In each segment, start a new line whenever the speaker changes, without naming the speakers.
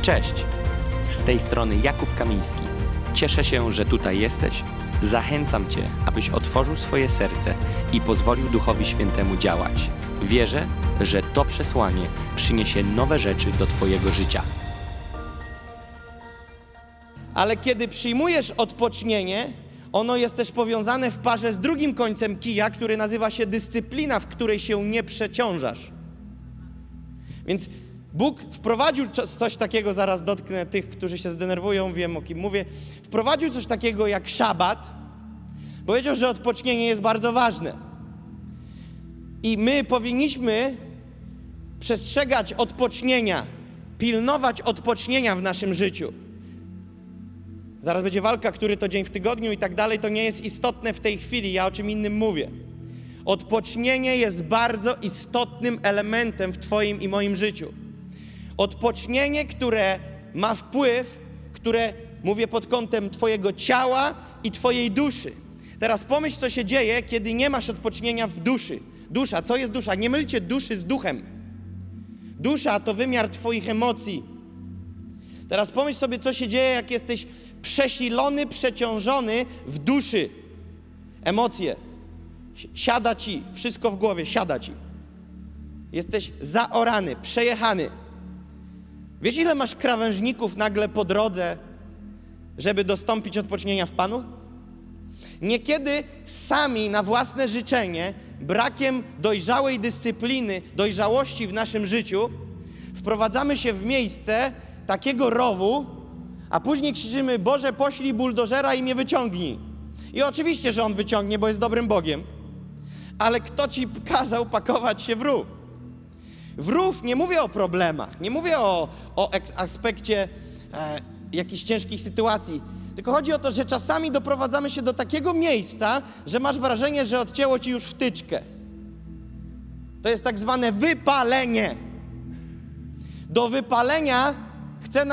Cześć! Z tej strony Jakub Kamiński. Cieszę się, że tutaj jesteś. Zachęcam Cię, abyś otworzył swoje serce i pozwolił Duchowi Świętemu działać. Wierzę, że to przesłanie przyniesie nowe rzeczy do Twojego życia.
Ale kiedy przyjmujesz odpocznienie, ono jest też powiązane w parze z drugim końcem kija, który nazywa się dyscyplina, w której się nie przeciążasz. Więc Bóg wprowadził coś takiego, zaraz dotknę tych, którzy się zdenerwują, wiem o kim mówię, wprowadził coś takiego jak szabat. Powiedział, że odpocznienie jest bardzo ważne. I my powinniśmy przestrzegać odpocznienia, pilnować odpocznienia w naszym życiu. Zaraz będzie walka, który to dzień w tygodniu i tak dalej, to nie jest istotne w tej chwili, ja o czym innym mówię. Odpocznienie jest bardzo istotnym elementem w Twoim i moim życiu. Odpocznienie, które ma wpływ, które mówię pod kątem Twojego ciała i Twojej duszy. Teraz pomyśl, co się dzieje, kiedy nie masz odpocznienia w duszy. Dusza, co jest dusza? Nie mylcie duszy z duchem. Dusza to wymiar Twoich emocji. Teraz pomyśl sobie, co się dzieje, jak jesteś przesilony, przeciążony w duszy. Emocje. Siada Ci, wszystko w głowie, siada Ci. Jesteś zaorany, przejechany. Wiesz, ile masz krawężników nagle po drodze, żeby dostąpić odpocznienia w Panu? Niekiedy sami na własne życzenie, brakiem dojrzałej dyscypliny, dojrzałości w naszym życiu, wprowadzamy się w miejsce takiego rowu, a później krzyczymy: Boże, poślij buldożera i mnie wyciągnij. I oczywiście, że On wyciągnie, bo jest dobrym Bogiem. Ale kto Ci kazał pakować się w rów? W rów nie mówię o problemach, nie mówię o aspekcie jakichś ciężkich sytuacji, tylko chodzi o to, że czasami doprowadzamy się do takiego miejsca, że masz wrażenie, że odcięło Ci już wtyczkę. To jest tak zwane wypalenie. Do wypalenia chce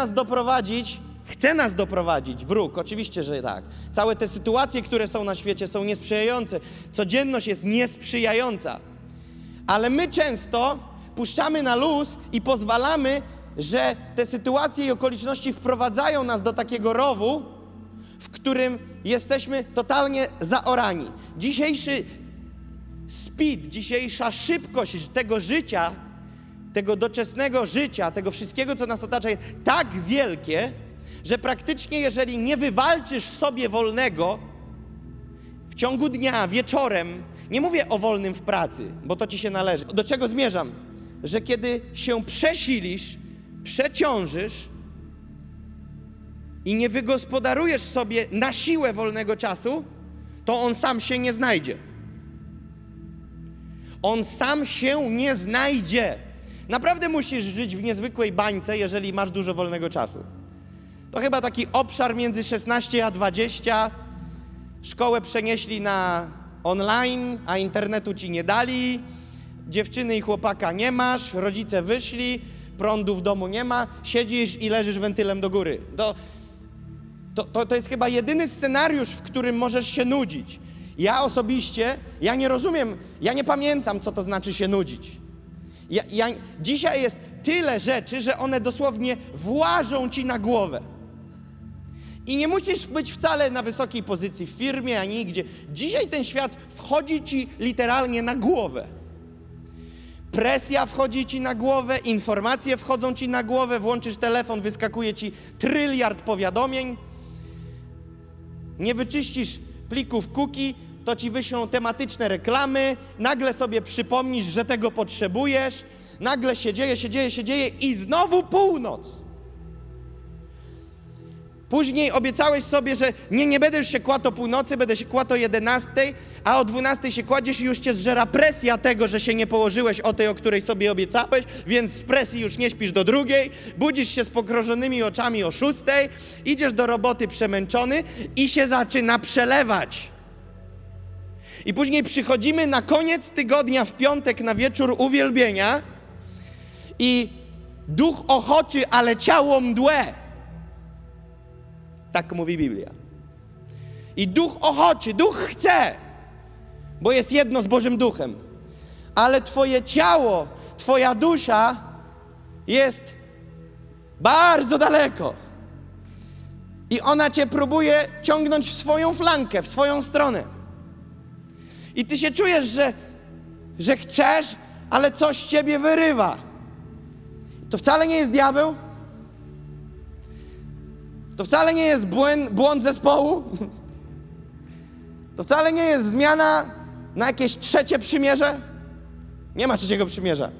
nas doprowadzić wróg, oczywiście, że tak. Całe te sytuacje, które są na świecie, są niesprzyjające. Codzienność jest niesprzyjająca. Ale my często puszczamy na luz i pozwalamy, że te sytuacje i okoliczności wprowadzają nas do takiego rowu, w którym jesteśmy totalnie zaorani. Dzisiejszy speed, dzisiejsza szybkość tego życia, tego doczesnego życia, tego wszystkiego, co nas otacza, jest tak wielkie, że praktycznie jeżeli nie wywalczysz sobie wolnego w ciągu dnia, wieczorem, nie mówię o wolnym w pracy, bo to Ci się należy. Do czego zmierzam? Że kiedy się przesilisz, przeciążysz i nie wygospodarujesz sobie na siłę wolnego czasu, to on sam się nie znajdzie. On sam się nie znajdzie. Naprawdę musisz żyć w niezwykłej bańce, jeżeli masz dużo wolnego czasu. To chyba taki obszar między 16 a 20. Szkołę przenieśli na online, a internetu Ci nie dali. Dziewczyny i chłopaka nie masz, rodzice wyszli, prądu w domu nie ma, siedzisz i leżysz wentylem do góry. To jest chyba jedyny scenariusz, w którym możesz się nudzić. Ja osobiście, nie rozumiem, nie pamiętam, co to znaczy się nudzić. Dzisiaj jest tyle rzeczy, że one dosłownie włażą Ci na głowę. I nie musisz być wcale na wysokiej pozycji w firmie, ani nigdzie. Dzisiaj ten świat wchodzi Ci literalnie na głowę. Presja wchodzi Ci na głowę, informacje wchodzą Ci na głowę, włączysz telefon, wyskakuje Ci tryliard powiadomień. Nie wyczyścisz plików cookie, to Ci wyślą tematyczne reklamy, nagle sobie przypomnisz, że tego potrzebujesz, nagle się dzieje i znowu północ. Później obiecałeś sobie, że nie będę już się kładł o północy, będę się kładł o 11, a o 12 się kładziesz i już Cię zżera presja tego, że się nie położyłeś o tej, o której sobie obiecałeś, więc z presji już nie śpisz do 2, budzisz się z pokrożonymi oczami o 6, idziesz do roboty przemęczony i się zaczyna przelewać. I później przychodzimy na koniec tygodnia w piątek na wieczór uwielbienia i duch ochoczy, ale ciało mdłe. Tak mówi Biblia. I duch ochoczy, duch chce, bo jest jedno z Bożym Duchem. Ale Twoje ciało, Twoja dusza jest Bardzo daleko. I ona cię próbuje ciągnąć w swoją flankę, w swoją stronę. I ty się czujesz, że chcesz, ale coś ciebie wyrywa. To wcale nie jest diabeł. To wcale nie jest błąd zespołu. To wcale nie jest zmiana na jakieś trzecie przymierze. Nie ma trzeciego przymierza.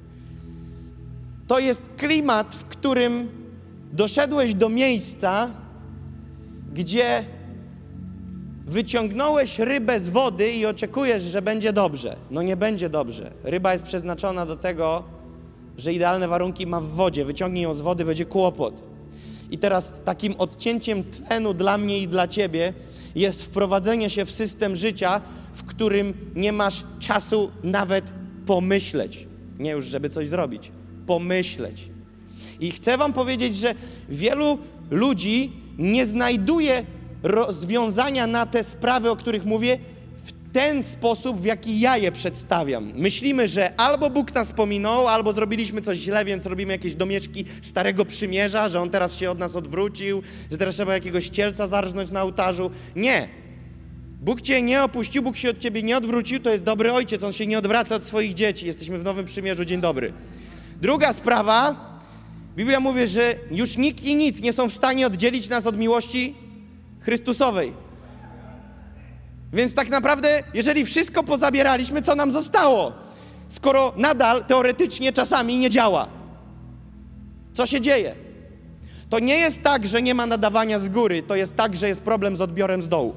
To jest klimat, w którym doszedłeś do miejsca, gdzie wyciągnąłeś rybę z wody i oczekujesz, że będzie dobrze. No nie będzie dobrze. Ryba jest przeznaczona do tego, że idealne warunki ma w wodzie. Wyciągnij ją z wody, będzie kłopot. I teraz takim odcięciem tlenu dla mnie i dla ciebie jest wprowadzenie się w system życia, w którym nie masz czasu nawet pomyśleć. Nie już, żeby coś zrobić. Pomyśleć. I chcę wam powiedzieć, że wielu ludzi nie znajduje rozwiązania na te sprawy, o których mówię, w ten sposób, w jaki ja je przedstawiam. Myślimy, że albo Bóg nas pominął, albo zrobiliśmy coś źle, więc robimy jakieś domieczki Starego Przymierza, że On teraz się od nas odwrócił, że teraz trzeba jakiegoś cielca zarżnąć na ołtarzu. Nie. Bóg cię nie opuścił, Bóg się od ciebie nie odwrócił, to jest dobry ojciec, On się nie odwraca od swoich dzieci. Jesteśmy w Nowym Przymierzu, dzień dobry. Druga sprawa, Biblia mówi, że już nikt i nic nie są w stanie oddzielić nas od miłości Chrystusowej. Więc tak naprawdę, jeżeli wszystko pozabieraliśmy, co nam zostało? Skoro nadal teoretycznie czasami nie działa. Co się dzieje? To nie jest tak, że nie ma nadawania z góry, to jest tak, że jest problem z odbiorem z dołu.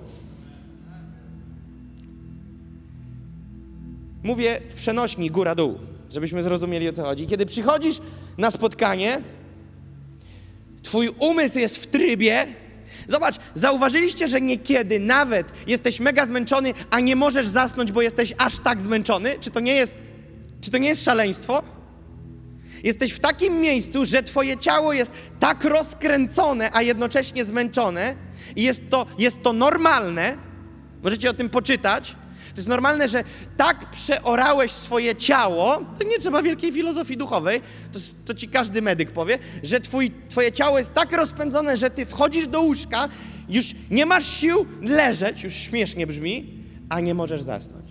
Mówię w przenośni góra-dół, żebyśmy zrozumieli, o co chodzi. Kiedy przychodzisz na spotkanie, twój umysł jest w trybie. Zobacz, zauważyliście, że niekiedy nawet jesteś mega zmęczony, a nie możesz zasnąć, bo jesteś aż tak zmęczony? Czy to nie jest szaleństwo? Jesteś w takim miejscu, że twoje ciało jest tak rozkręcone, a jednocześnie zmęczone i jest to normalne. Możecie o tym poczytać. To jest normalne, że tak przeorałeś swoje ciało, to nie trzeba wielkiej filozofii duchowej, to ci każdy medyk powie, że twoje ciało jest tak rozpędzone, że ty wchodzisz do łóżka, już nie masz sił leżeć, już śmiesznie brzmi, a nie możesz zasnąć.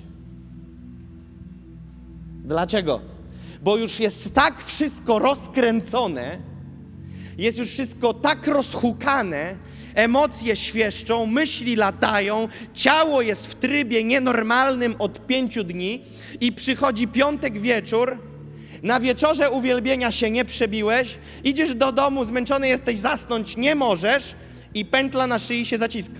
Dlaczego? Bo już jest tak wszystko rozkręcone, jest już wszystko tak rozhukane, emocje świeszczą, myśli latają, ciało jest w trybie nienormalnym od 5 dni i przychodzi piątek wieczór, na wieczorze uwielbienia się nie przebiłeś, idziesz do domu, zmęczony jesteś, zasnąć nie możesz i pętla na szyi się zaciska.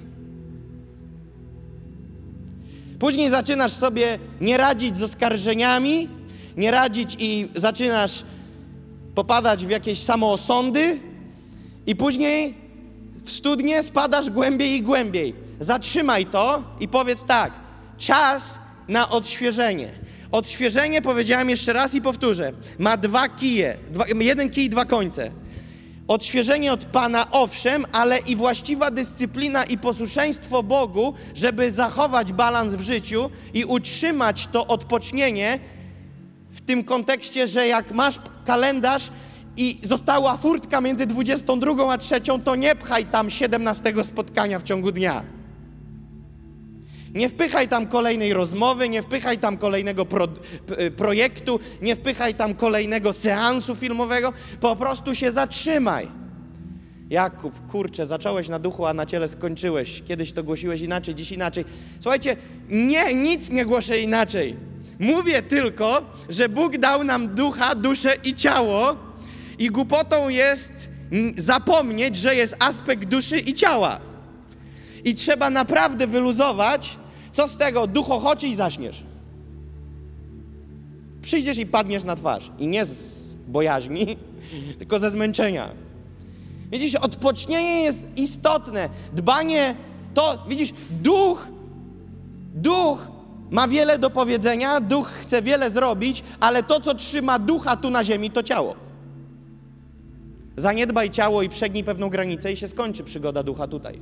Później zaczynasz sobie nie radzić z oskarżeniami, nie radzić i zaczynasz popadać w jakieś samoosądy i później w studnie spadasz głębiej i głębiej. Zatrzymaj to i powiedz tak, czas na odświeżenie. Odświeżenie, powiedziałem jeszcze raz i powtórzę, ma 2 kije, 1 kij, 2 końce. Odświeżenie od Pana, owszem, ale i właściwa dyscyplina i posłuszeństwo Bogu, żeby zachować balans w życiu i utrzymać to odpocznienie w tym kontekście, że jak masz kalendarz i została furtka między 22 a 3, to nie pchaj tam 17 spotkania w ciągu dnia. Nie wpychaj tam kolejnej rozmowy, nie wpychaj tam kolejnego projektu, nie wpychaj tam kolejnego seansu filmowego, po prostu się zatrzymaj. Jakub, kurczę, zacząłeś na duchu, a na ciele skończyłeś. Kiedyś to głosiłeś inaczej, dziś inaczej. Słuchajcie, nic nie głoszę inaczej. Mówię tylko, że Bóg dał nam ducha, duszę i ciało i głupotą jest zapomnieć, że jest aspekt duszy i ciała. I trzeba naprawdę wyluzować. Co z tego? Duch ochoczy i zaśniesz. Przyjdziesz i padniesz na twarz. I nie z bojaźni, tylko ze zmęczenia. Widzisz, odpocznienie jest istotne. Dbanie, to widzisz, duch ma wiele do powiedzenia, duch chce wiele zrobić, ale to, co trzyma ducha tu na ziemi, to ciało. Zaniedbaj ciało i przegnij pewną granicę i się skończy przygoda ducha tutaj.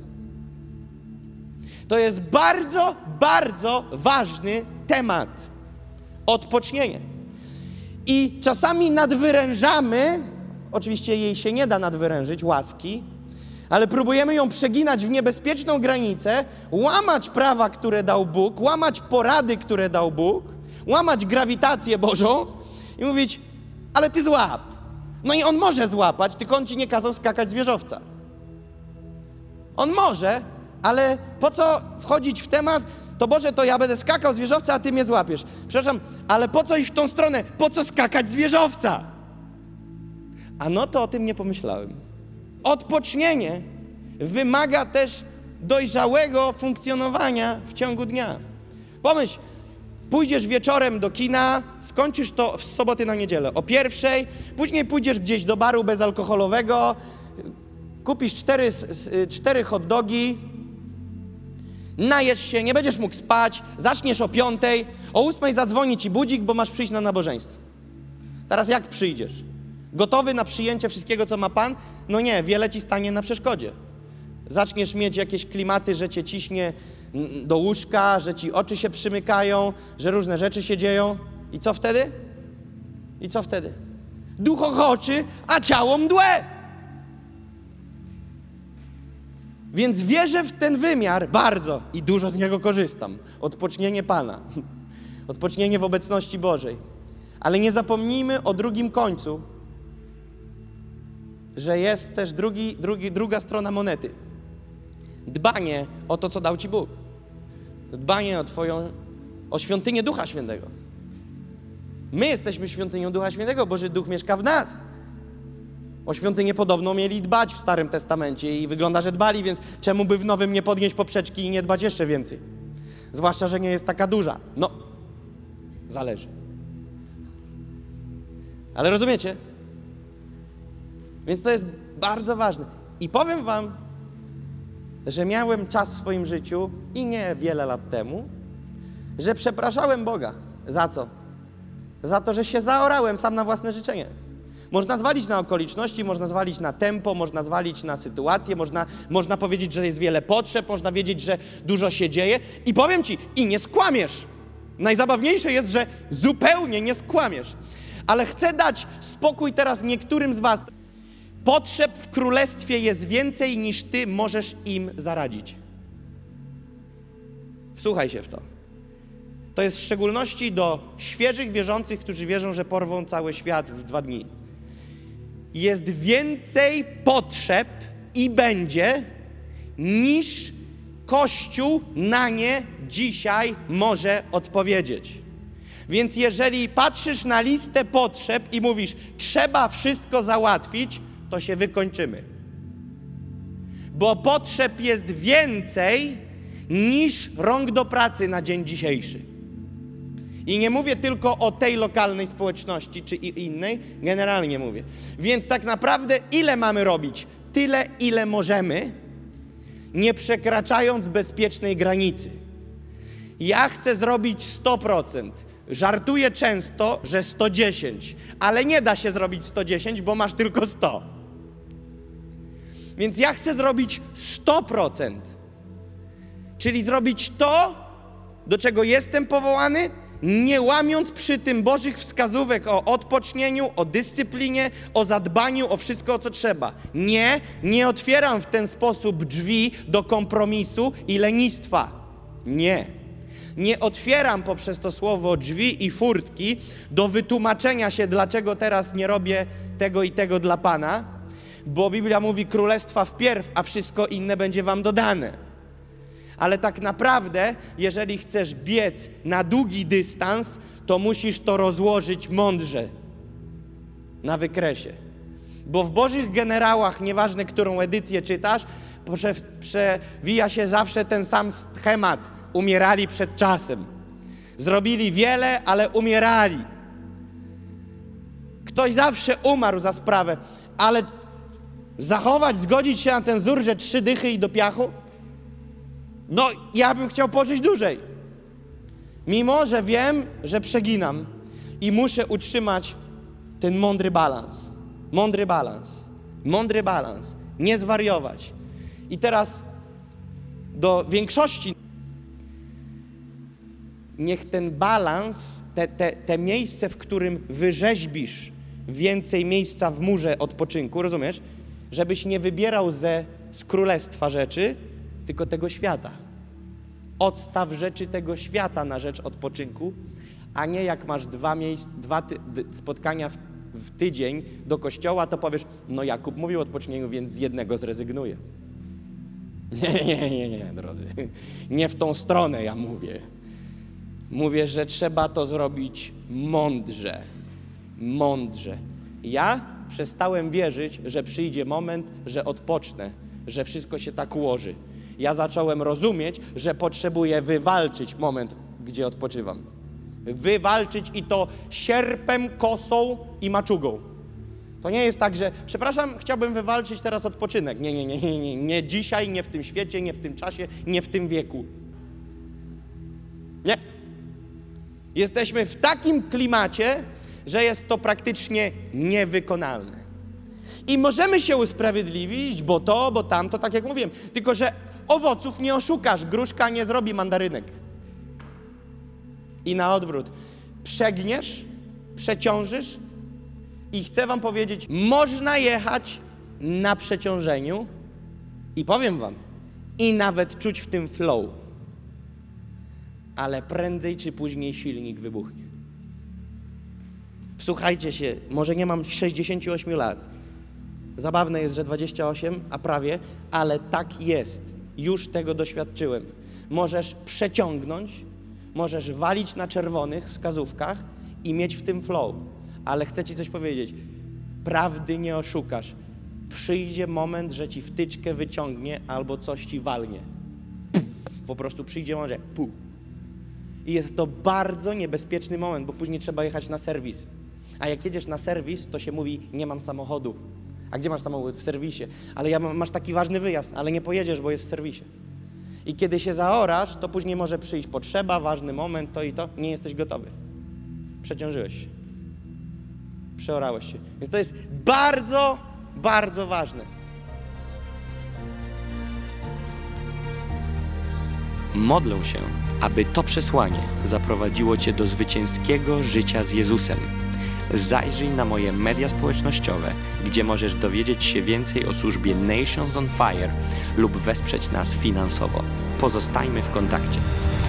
To jest bardzo, bardzo ważny temat. Odpocznienie. I czasami nadwyrężamy oczywiście jej się nie da nadwyrężyć, łaski, ale próbujemy ją przeginać w niebezpieczną granicę, łamać prawa, które dał Bóg, łamać porady, które dał Bóg, łamać grawitację Bożą i mówić, ale ty złap. No i on może złapać, tylko on ci nie kazał skakać z wieżowca. On może, ale po co wchodzić w temat, to Boże, to ja będę skakał z wieżowca, a ty mnie złapiesz. Przepraszam, ale po co iść w tą stronę? Po co skakać z wieżowca? A no to o tym nie pomyślałem. Odpocznienie wymaga też dojrzałego funkcjonowania w ciągu dnia. Pomyśl, pójdziesz wieczorem do kina, skończysz to z soboty na niedzielę o 1:00, później pójdziesz gdzieś do baru bezalkoholowego, kupisz 4 hot dogi, najesz się, nie będziesz mógł spać, zaczniesz o 5:00, o 8:00 zadzwoni ci budzik, bo masz przyjść na nabożeństwo. Teraz jak przyjdziesz? Gotowy na przyjęcie wszystkiego, co ma Pan? No nie, wiele ci stanie na przeszkodzie. Zaczniesz mieć jakieś klimaty, że cię ciśnie do łóżka, że ci oczy się przymykają, że różne rzeczy się dzieją. I co wtedy? I co wtedy? Duch ochoczy, a ciało mdłe. Więc wierzę w ten wymiar bardzo i dużo z niego korzystam. Odpocznienie Pana. Odpocznienie w obecności Bożej. Ale nie zapomnijmy o drugim końcu, że jest też druga strona monety. Dbanie o to, co dał ci Bóg. Dbanie o świątynię Ducha Świętego. My jesteśmy świątynią Ducha Świętego, Boży Duch mieszka w nas. O świątynię podobno mieli dbać w Starym Testamencie i wygląda, że dbali, więc czemu by w Nowym nie podnieść poprzeczki i nie dbać jeszcze więcej? Zwłaszcza, że nie jest taka duża. No, zależy. Ale rozumiecie? Więc to jest bardzo ważne. I powiem wam, że miałem czas w swoim życiu i nie wiele lat temu, że przepraszałem Boga. Za co? Za to, że się zaorałem sam na własne życzenie. Można zwalić na okoliczności, można zwalić na tempo, można zwalić na sytuację, można powiedzieć, że jest wiele potrzeb, można wiedzieć, że dużo się dzieje i powiem ci, i nie skłamiesz. Najzabawniejsze jest, że zupełnie nie skłamiesz. Ale chcę dać spokój teraz niektórym z was. Potrzeb w królestwie jest więcej, niż ty możesz im zaradzić. Wsłuchaj się w to. To jest w szczególności do świeżych wierzących, którzy wierzą, że porwą cały świat w 2 dni. Jest więcej potrzeb i będzie, niż Kościół na nie dzisiaj może odpowiedzieć. Więc jeżeli patrzysz na listę potrzeb i mówisz, trzeba wszystko załatwić, to się wykończymy. Bo potrzeb jest więcej niż rąk do pracy na dzień dzisiejszy. I nie mówię tylko o tej lokalnej społeczności czy innej, generalnie mówię. Więc tak naprawdę ile mamy robić? Tyle, ile możemy, nie przekraczając bezpiecznej granicy. Ja chcę zrobić 100%. Żartuję często, że 110, ale nie da się zrobić 110, bo masz tylko 100. Więc ja chcę zrobić 100%. Czyli zrobić to, do czego jestem powołany, nie łamiąc przy tym Bożych wskazówek o odpocznieniu, o dyscyplinie, o zadbaniu, o wszystko, o co trzeba. Nie otwieram w ten sposób drzwi do kompromisu i lenistwa. Nie otwieram poprzez to słowo drzwi i furtki do wytłumaczenia się, dlaczego teraz nie robię tego i tego dla Pana, bo Biblia mówi królestwa wpierw, a wszystko inne będzie wam dodane. Ale tak naprawdę, jeżeli chcesz biec na długi dystans, to musisz to rozłożyć mądrze na wykresie. Bo w Bożych generałach, nieważne którą edycję czytasz, przewija się zawsze ten sam schemat. Umierali przed czasem. Zrobili wiele, ale umierali. Ktoś zawsze umarł za sprawę, ale zgodzić się na ten wzór, że 3 dychy i do piachu? No, ja bym chciał pożyć dłużej. Mimo, że wiem, że przeginam i muszę utrzymać ten mądry balans. Mądry balans. Nie zwariować. I teraz do większości niech ten balans, te miejsce, w którym wyrzeźbisz więcej miejsca w murze odpoczynku, rozumiesz? Żebyś nie wybierał z królestwa rzeczy, tylko tego świata. Odstaw rzeczy tego świata na rzecz odpoczynku, a nie jak masz dwa spotkania w tydzień do kościoła, to powiesz, no Jakub mówił o odpocznieniu, więc z jednego zrezygnuję. Nie, drodzy. Nie w tą stronę ja mówię. Mówię, że trzeba to zrobić mądrze. Mądrze. Ja przestałem wierzyć, że przyjdzie moment, że odpocznę, że wszystko się tak ułoży. Ja zacząłem rozumieć, że potrzebuję wywalczyć moment, gdzie odpoczywam. Wywalczyć i to sierpem, kosą i maczugą. To nie jest tak, że przepraszam, chciałbym wywalczyć teraz odpoczynek. Nie dzisiaj, nie w tym świecie, nie w tym czasie, nie w tym wieku. Nie. Jesteśmy w takim klimacie, że jest to praktycznie niewykonalne. I możemy się usprawiedliwić, bo to, bo tamto, tak jak mówiłem. Tylko że owoców nie oszukasz, gruszka nie zrobi mandarynek. I na odwrót. Przegniesz, przeciążysz i chcę wam powiedzieć, można jechać na przeciążeniu i powiem wam, i nawet czuć w tym flow, ale prędzej czy później silnik wybuchnie. Wsłuchajcie się, może nie mam 68 lat. Zabawne jest, że 28, a prawie, ale tak jest. Już tego doświadczyłem. Możesz przeciągnąć, możesz walić na czerwonych wskazówkach i mieć w tym flow. Ale chcę ci coś powiedzieć. Prawdy nie oszukasz. Przyjdzie moment, że ci wtyczkę wyciągnie albo coś ci walnie. Po prostu przyjdzie moment, że pu. I jest to bardzo niebezpieczny moment, bo później trzeba jechać na serwis. A jak jedziesz na serwis, to się mówi, nie mam samochodu. A gdzie masz samochód? W serwisie. Ale masz taki ważny wyjazd, ale nie pojedziesz, bo jest w serwisie. I kiedy się zaorasz, to później może przyjść potrzeba, ważny moment, to i to. Nie jesteś gotowy. Przeciążyłeś się. Przeorałeś się. Więc to jest bardzo, bardzo ważne.
Modlę się, aby to przesłanie zaprowadziło cię do zwycięskiego życia z Jezusem. Zajrzyj na moje media społecznościowe, gdzie możesz dowiedzieć się więcej o służbie Nations on Fire lub wesprzeć nas finansowo. Pozostajmy w kontakcie.